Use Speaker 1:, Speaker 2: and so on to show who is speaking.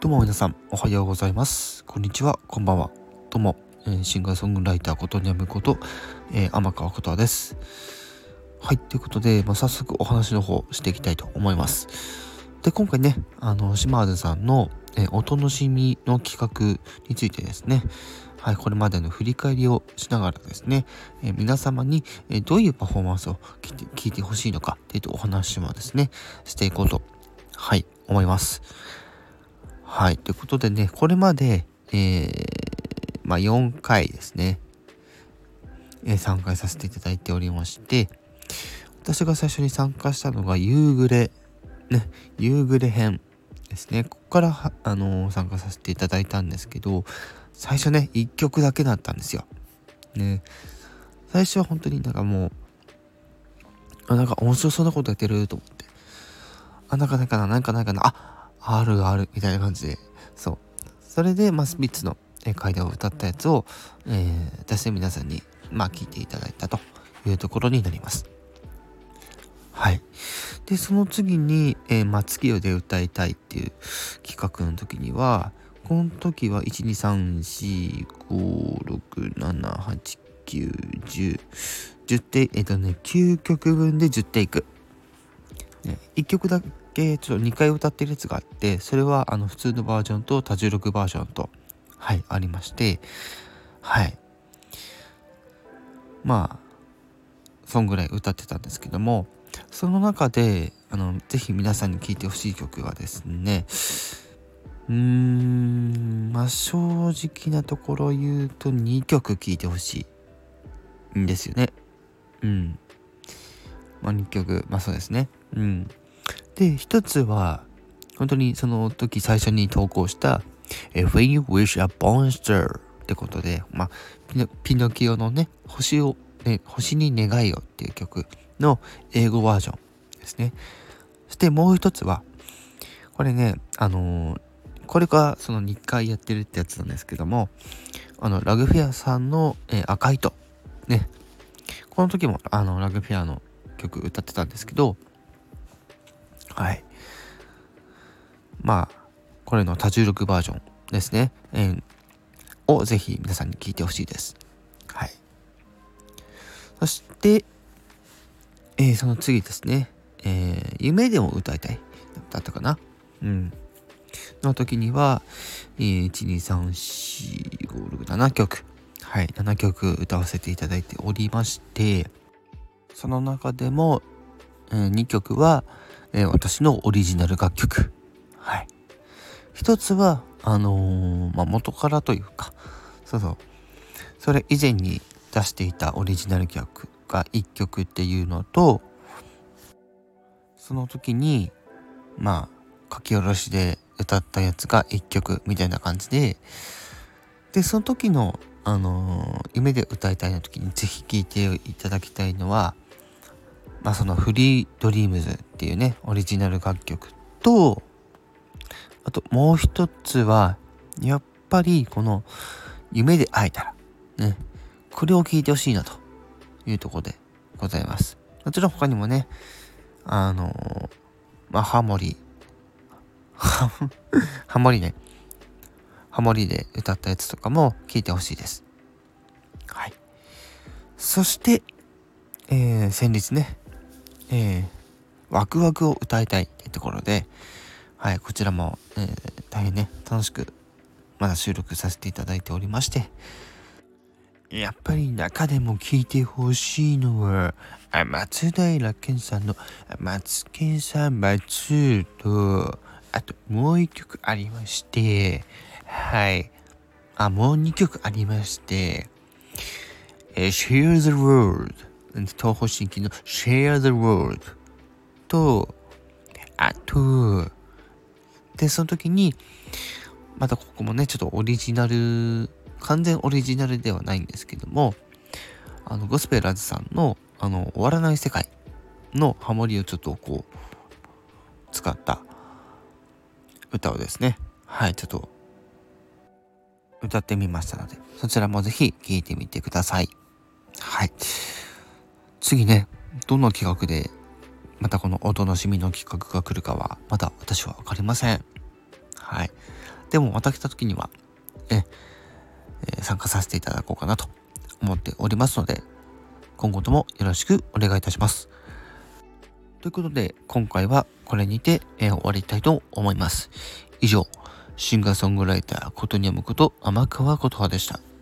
Speaker 1: どうも皆さんおはようございます。こんにちは、こんばんは。どうも、シンガーソングライターことにゃむこと、天川ことはです。はい、ということで、早速お話の方していきたいと思います。で、今回ね、島津さんの、お楽しみの企画についてですね、はい、これまでの振り返りをしながらですね、皆様に、どういうパフォーマンスを聞いてほしいのかっていうお話もですね、していこうと、はい、思います。はい。ということでね、これまで、4回ですね、参加させていただいておりまして、私が最初に参加したのが夕暮れ編ですね。ここから参加させていただいたんですけど、最初ね、1曲だけだったんですよ。ね。最初は本当になんか面白そうなことやってると思って、なんかないかな、あるあるみたいな感じで、そう。それで、スピッツの階段を歌ったやつを、私で皆さんに、聞いていただいたというところになります。はい。で、その次に、月夜で歌いたいっていう企画の時には、この時は1、2、3、4、5、6、7、8、9、10、10テイク、9曲分で10テイク。1曲だけちょっと2回歌ってるやつがあって、それは普通のバージョンと多重録バージョンと、はい、ありまして、はい。そんぐらい歌ってたんですけども、その中で、ぜひ皆さんに聴いてほしい曲はですね、正直なところ言うと2曲聴いてほしいんですよね。2曲、そうですね。で、一つは、本当にその時最初に投稿した、When You Wish a Monster ってことで、ピノキオのね、星に願いをっていう曲の英語バージョンですね。そしてもう一つは、これね、これがその2回やってるってやつなんですけども、ラグフェアさんの、赤い糸。ね。この時も、ラグフェアの曲歌ってたんですけど、はい。これの多重録バージョンですね。をぜひ皆さんに聞いてほしいです。はい。そして、その次ですね。夢でも歌いたい。だったかな。の時には、1、2、3、4、5、6、7曲。はい。7曲歌わせていただいておりまして、その中でも、2曲は、私のオリジナル楽曲。はい。一つは、元からというか、それ以前に出していたオリジナル曲が1曲っていうのと、その時に、書き下ろしで歌ったやつが1曲みたいな感じで、その時の、夢で歌いたいの時にぜひ聴いていただきたいのは、そのフリードリームズっていうね、オリジナル楽曲と、あともう一つは、やっぱりこの夢で会えたら、ね、これを聞いてほしいなというところでございます。もちろん他にもね、ハモリで歌ったやつとかも聞いてほしいです。はい。そして、先日ね、ワクワクを歌いたいってところで、はい、こちらも、大変ね、楽しく、まだ収録させていただいておりまして、やっぱり中でも聴いてほしいのは、松平健さんの、マツケンサンバ2と、あともう一曲ありまして、はい、もう2曲ありまして、Share the World、東方神起の Share the World と、あと、で、その時に、またここもね、ちょっと完全オリジナルではないんですけども、ゴスペラーズさんの、終わらない世界のハモリをちょっと使った歌をですね、はい、ちょっと、歌ってみましたので、そちらもぜひ聴いてみてください。はい。次ね、どんな企画で、またこのお楽しみの企画が来るかは、まだ私はわかりません。はい。 でもまた来た時には、参加させていただこうかなと思っておりますので、今後ともよろしくお願いいたします。ということで、今回はこれにて、終わりたいと思います。以上、シンガーソングライターことにゃむこと天川琴葉でした。